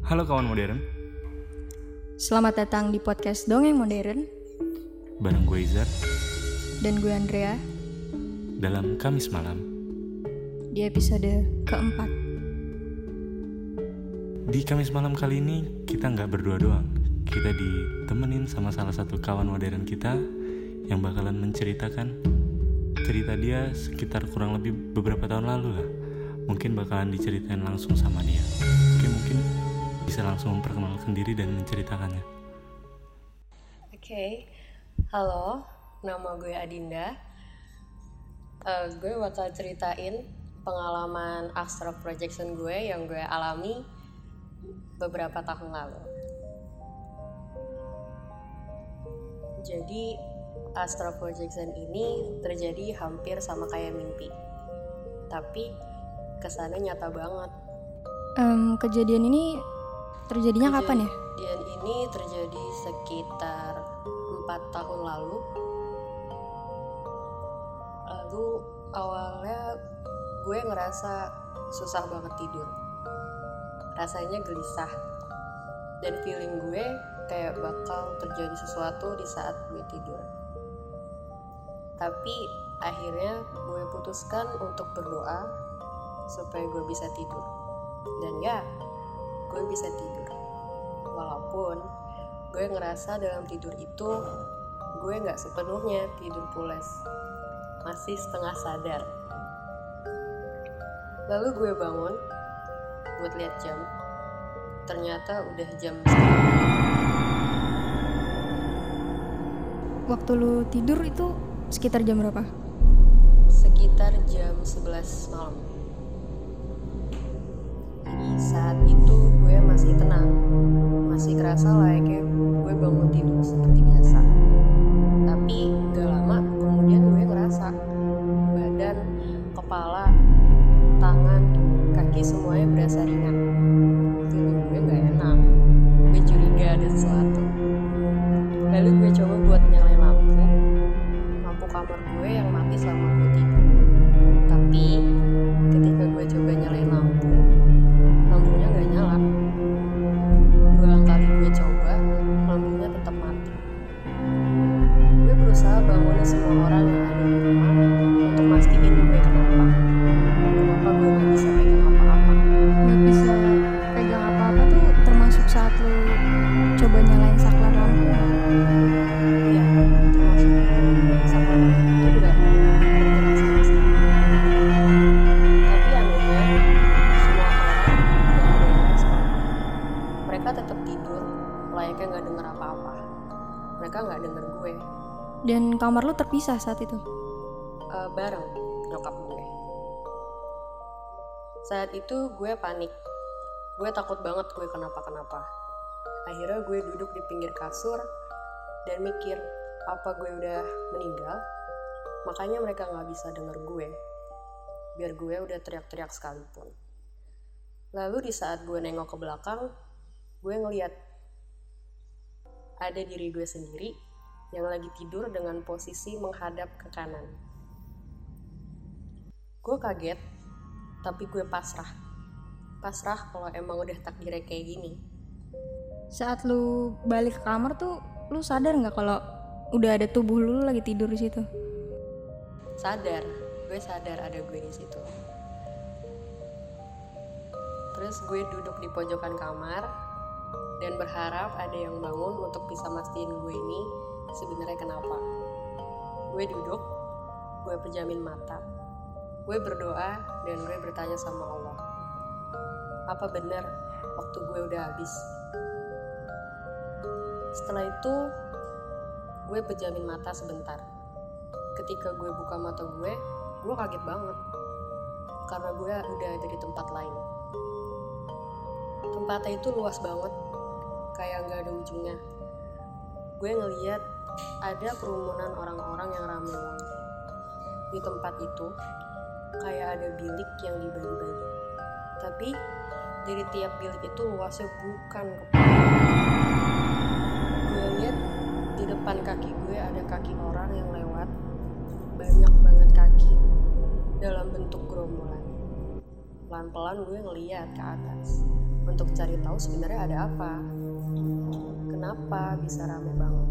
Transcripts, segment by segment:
Halo kawan modern, Selamat datang di podcast Dongeng Modern bareng gue Izar dan gue Andrea dalam Kamis Malam. di episode keempat. Di Kamis Malam kali ini kita nggak berdua doang, kita ditemenin sama salah satu kawan modern kita yang bakalan menceritakan cerita dia sekitar kurang lebih beberapa tahun lalu lah. Mungkin bakalan diceritain langsung sama dia. Oke, mungkin bisa langsung memperkenalkan diri dan menceritakannya. Oke, halo, nama gue Adinda. Gue bakal ceritain pengalaman astral projection gue yang gue alami beberapa tahun lalu. Jadi astral projection ini terjadi hampir sama kayak mimpi, tapi kesannya nyata banget. Kejadian ini terjadinya kapan ya? Kejadian ini terjadi sekitar 4 tahun lalu. Lalu awalnya gue ngerasa susah banget tidur. Rasanya gelisah. Dan feeling gue kayak bakal terjadi sesuatu di saat gue tidur. Tapi akhirnya gue putuskan untuk berdoa supaya gue bisa tidur. Dan ya, gue bisa tidur. Walaupun gue ngerasa dalam tidur itu gue gak sepenuhnya tidur pules, masih setengah sadar. Lalu gue bangun buat lihat jam. Ternyata udah jam 9. Waktu lu tidur itu sekitar jam berapa? Sekitar jam 11 malam. Jadi saat itu gue masih tenang, masih kerasa layaknya gue bangun tidur seperti biasa. Tapi gak lama kemudian gue ngerasa badan, kepala, tangan, kaki semuanya berasa ringan. Feeling gue gak enak, gue curiga ada sesuatu. Lalu gue coba buat nyalain lampu kamar gue yang mati selama gue tidur. Tapi ketika gue coba nyalain lampu, lampunya gak nyala. Berulang kali gue coba, lampunya tetap mati. Gue berusaha bangunin semua orang yang ada di rumah untuk mastiin gue kenapa gue gak bisa pegang apa-apa. Gak bisa pegang apa-apa tuh termasuk saat lu coba nyalain saklar lampu. Iya, termasuk saklar lampu itu juga bergerak sama sekali. Tapi anehnya, semua orang gak ada yang respon. Mereka tetap tidur, layaknya gak denger apa-apa. Mereka gak denger gue. Dan kamar lu terpisah saat itu? Bareng nyokap gue. Saat itu gue panik. Gue takut banget gue kenapa-kenapa. Akhirnya gue duduk di pinggir kasur dan mikir, apa gue udah meninggal? Makanya mereka gak bisa denger gue. Biar gue udah teriak-teriak sekalipun. Lalu di saat gue nengok ke belakang, gue ngeliat ada diri gue sendiri yang lagi tidur dengan posisi menghadap ke kanan. Gue kaget, tapi gue pasrah. Pasrah kalau emang udah takdirnya kayak gini. Saat lu balik ke kamar tuh, lu sadar nggak kalau udah ada tubuh lu lagi tidur di situ? Sadar, gue sadar ada gue di situ. Terus gue duduk di pojokan kamar dan berharap ada yang bangun untuk bisa mastiin gue ini sebenarnya kenapa. Gue duduk, gue pejamin mata, gue berdoa dan gue bertanya sama Allah, apa benar waktu gue udah habis? Setelah itu gue pejamin mata sebentar. Ketika gue buka mata gue kaget banget karena gue udah ada di tempat lain. Tempatnya itu luas banget, kayak gak ada ujungnya. Gue ngeliat ada kerumunan orang-orang yang ramai banget. Di tempat itu kayak ada bilik yang dibagi-bagi. Tapi dari tiap bilik itu luasnya bukan kepala. Gue lihat di depan kaki gue ada kaki orang yang lewat. Banyak banget kaki dalam bentuk gerombolan. Pelan-pelan gue ngeliat ke atas. untuk cari tahu sebenarnya ada apa. Kenapa bisa rame banget?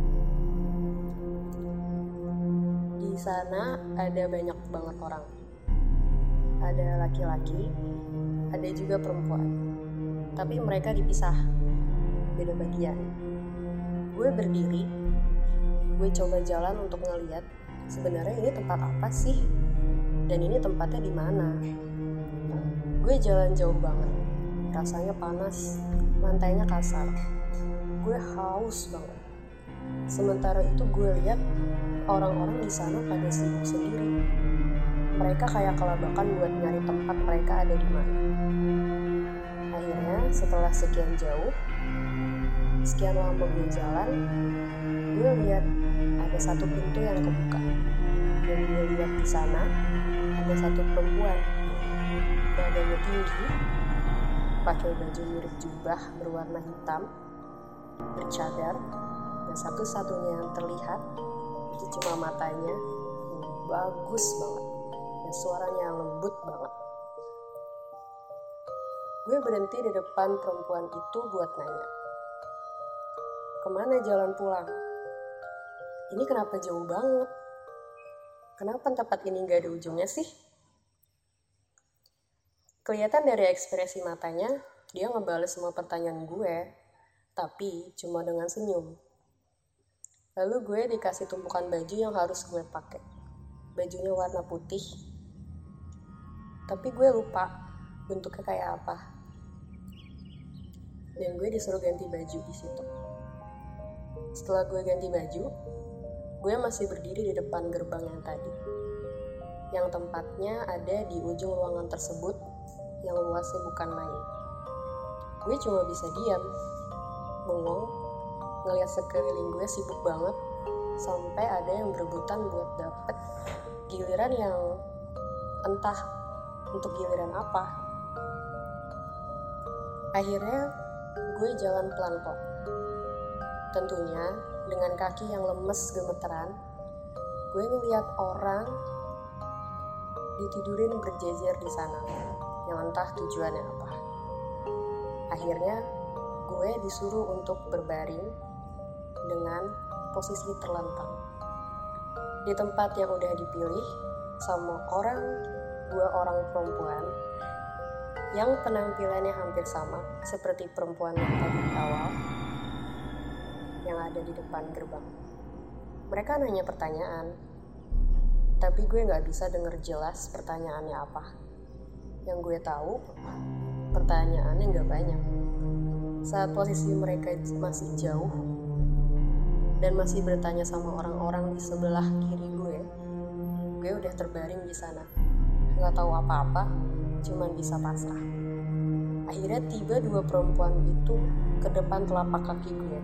Di sana ada banyak banget orang. Ada laki-laki, ada juga perempuan. Tapi mereka dipisah, beda bagian. Gue berdiri, gue coba jalan untuk ngeliat sebenarnya ini tempat apa sih? Dan ini tempatnya di mana? Gue jalan jauh banget, rasanya panas, lantainya kasar. Gue haus banget. Sementara itu gue lihat orang-orang di sana pada sibuk sendiri. Mereka kayak kelabakan buat nyari tempat mereka ada di mana. Akhirnya setelah sekian lama gue jalan, gue lihat ada satu pintu yang kebuka. Dan gue lihat di sana ada satu perempuan, badannya tinggi, pakai baju mirip jubah berwarna hitam, bercadar, dan satu-satunya yang terlihat itu cuma matanya yang bagus banget dan suaranya yang lembut banget. Gue berhenti di depan perempuan itu buat nanya, kemana jalan pulang? Ini kenapa jauh banget? Kenapa tempat ini gak ada ujungnya sih? Kelihatan dari ekspresi matanya, dia ngebales semua pertanyaan gue, tapi cuma dengan senyum. Lalu gue dikasih tumpukan baju yang harus gue pakai. Bajunya warna putih, tapi gue lupa bentuknya kayak apa. Dan gue disuruh ganti baju di situ. Setelah gue ganti baju, gue masih berdiri di depan gerbang yang tadi, yang tempatnya ada di ujung ruangan tersebut yang luasnya bukan main. Gue cuma bisa diam, bengong, ngeliat sekeliling gue sibuk banget, sampai ada yang berebutan buat dapet giliran yang entah untuk giliran apa. Akhirnya gue jalan pelan kok. Tentunya dengan kaki yang lemes gemeteran, gue ngeliat orang ditidurin berjejer di sana, yang entah tujuannya apa. Akhirnya gue disuruh untuk berbaring dengan posisi terlentang di tempat yang udah dipilih sama dua orang perempuan yang penampilannya hampir sama seperti perempuan yang tadi di awal yang ada di depan gerbang. Mereka nanya pertanyaan, tapi gue gak bisa denger jelas pertanyaannya apa. Yang gue tahu, pertanyaannya gak banyak. Saat posisi mereka masih jauh dan masih bertanya sama orang-orang di sebelah kiri gue udah terbaring di sana, gak tahu apa-apa, cuman bisa pasrah. Akhirnya tiba dua perempuan itu ke depan telapak kaki gue.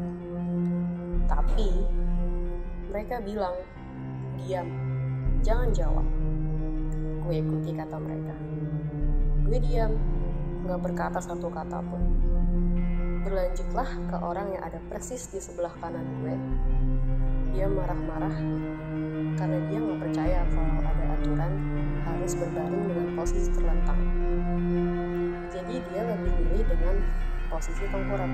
Tapi mereka bilang, diam, jangan jawab. Gue ikuti kata mereka. Gue diam, gak berkata satu kata pun. Berlanjutlah ke orang yang ada persis di sebelah kanan gue. Dia marah-marah karena dia gak percaya kalau ada aturan harus berbaring dengan posisi terlentang. Jadi dia lebih milih dengan posisi tengkurap.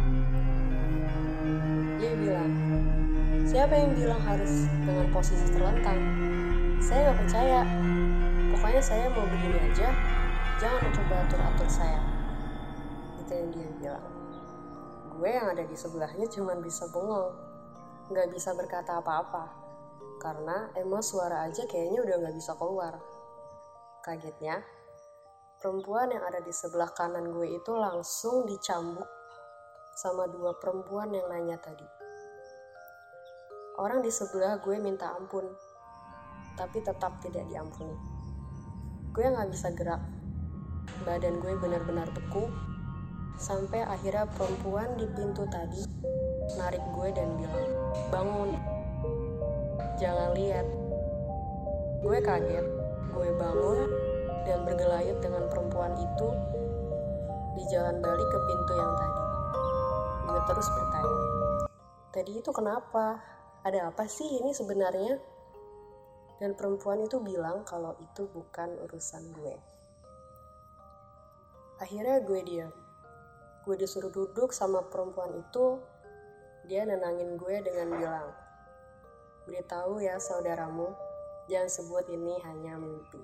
Dia bilang, siapa yang bilang harus dengan posisi terlentang? Saya gak percaya. Pokoknya saya mau begini aja, jangan coba atur-atur saya. Itu yang dia bilang. Gue yang ada di sebelahnya cuma bisa bengong, gak bisa berkata apa-apa, karena emang suara aja kayaknya udah gak bisa keluar. Kagetnya, perempuan yang ada di sebelah kanan gue itu langsung dicambuk sama dua perempuan yang nanya tadi. Orang di sebelah gue minta ampun, tapi tetap tidak diampuni. Gue gak bisa gerak, badan gue benar-benar beku, sampai akhirnya perempuan di pintu tadi narik gue dan bilang, bangun, jangan lihat. Gue kaget, gue bangun dan bergelayut dengan perempuan itu di jalan balik ke pintu yang tadi. Gue terus bertanya, tadi itu kenapa? Ada apa sih ini sebenarnya? Dan perempuan itu bilang kalau itu bukan urusan gue. Akhirnya gue diam. Gue disuruh duduk sama perempuan itu. Dia nenangin gue dengan bilang, "Beritahu ya saudaramu, jangan sebut ini hanya mimpi."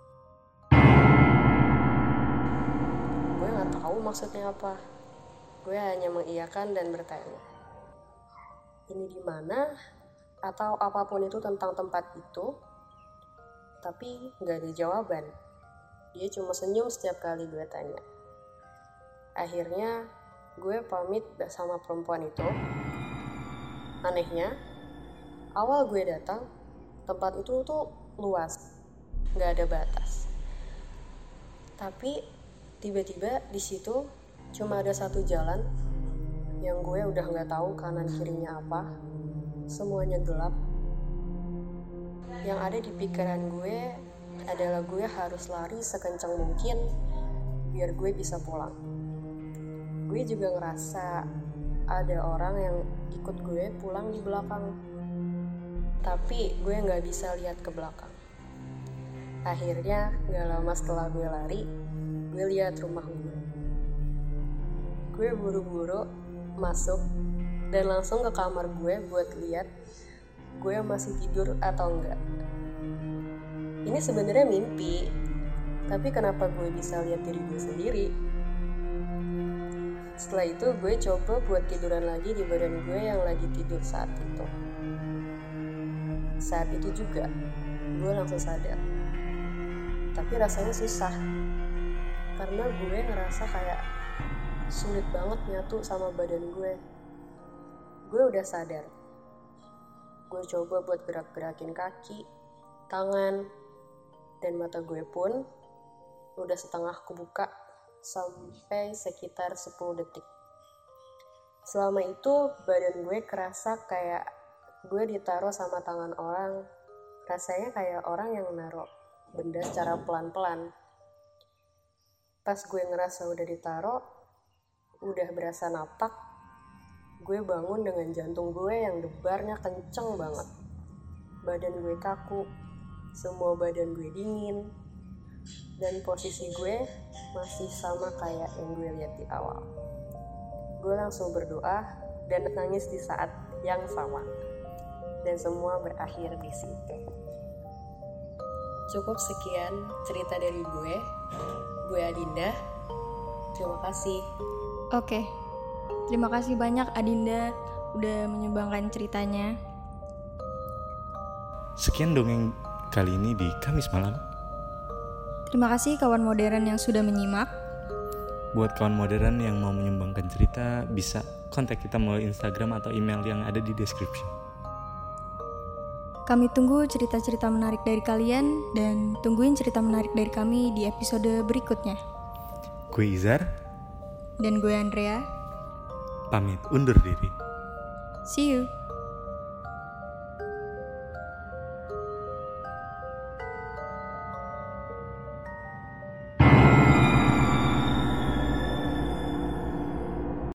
Gue gak tahu maksudnya apa. Gue hanya mengiyakan dan bertanya, "Ini di mana?" Atau apapun itu tentang tempat itu. Tapi gak ada jawaban. Dia cuma senyum setiap kali gue tanya. Akhirnya gue pamit sama perempuan itu. Anehnya, awal gue datang, tempat itu tuh luas, gak ada batas. Tapi tiba-tiba di situ cuma ada satu jalan yang gue udah gak tahu kanan kirinya apa. Semuanya gelap. Yang ada di pikiran gue adalah gue harus lari sekencang mungkin biar gue bisa pulang. Gue juga ngerasa ada orang yang ikut gue pulang di belakang. Tapi gue gak bisa lihat ke belakang. Akhirnya gak lama setelah gue lari, gue lihat rumah gue. Gue buru-buru masuk dan langsung ke kamar gue buat lihat gue masih tidur atau enggak. Ini sebenarnya mimpi, tapi kenapa gue bisa lihat diri gue sendiri? Setelah itu gue coba buat tiduran lagi di badan gue yang lagi tidur saat itu. Saat itu juga gue langsung sadar. Tapi rasanya susah, karena gue ngerasa kayak sulit banget nyatu sama badan gue. Gue udah sadar. Gue coba buat gerak-gerakin kaki, tangan, dan mata gue pun udah setengah kebuka sampai sekitar 10 detik. Selama itu badan gue kerasa kayak gue ditaruh sama tangan orang. Rasanya kayak orang yang naruh benda secara pelan-pelan. Pas gue ngerasa udah ditaruh, udah berasa napak, gue bangun dengan jantung gue yang debarnya kenceng banget. Badan gue kaku, semua badan gue dingin, dan posisi gue masih sama kayak yang gue lihat di awal. Gue langsung berdoa dan nangis di saat yang sama. Dan semua berakhir di situ. Cukup sekian cerita dari gue. Gue Adinda. Terima kasih. Oke. Terima kasih banyak Adinda udah menyumbangkan ceritanya. Sekian dongeng kali ini di Kamis Malam. Terima kasih kawan modern yang sudah menyimak. Buat kawan modern yang mau menyumbangkan cerita, bisa kontak kita melalui Instagram atau email yang ada di description. Kami tunggu cerita-cerita menarik dari kalian dan tungguin cerita menarik dari kami di episode berikutnya. Gue Izar. Dan gue Andrea. Pamit undur diri. See you.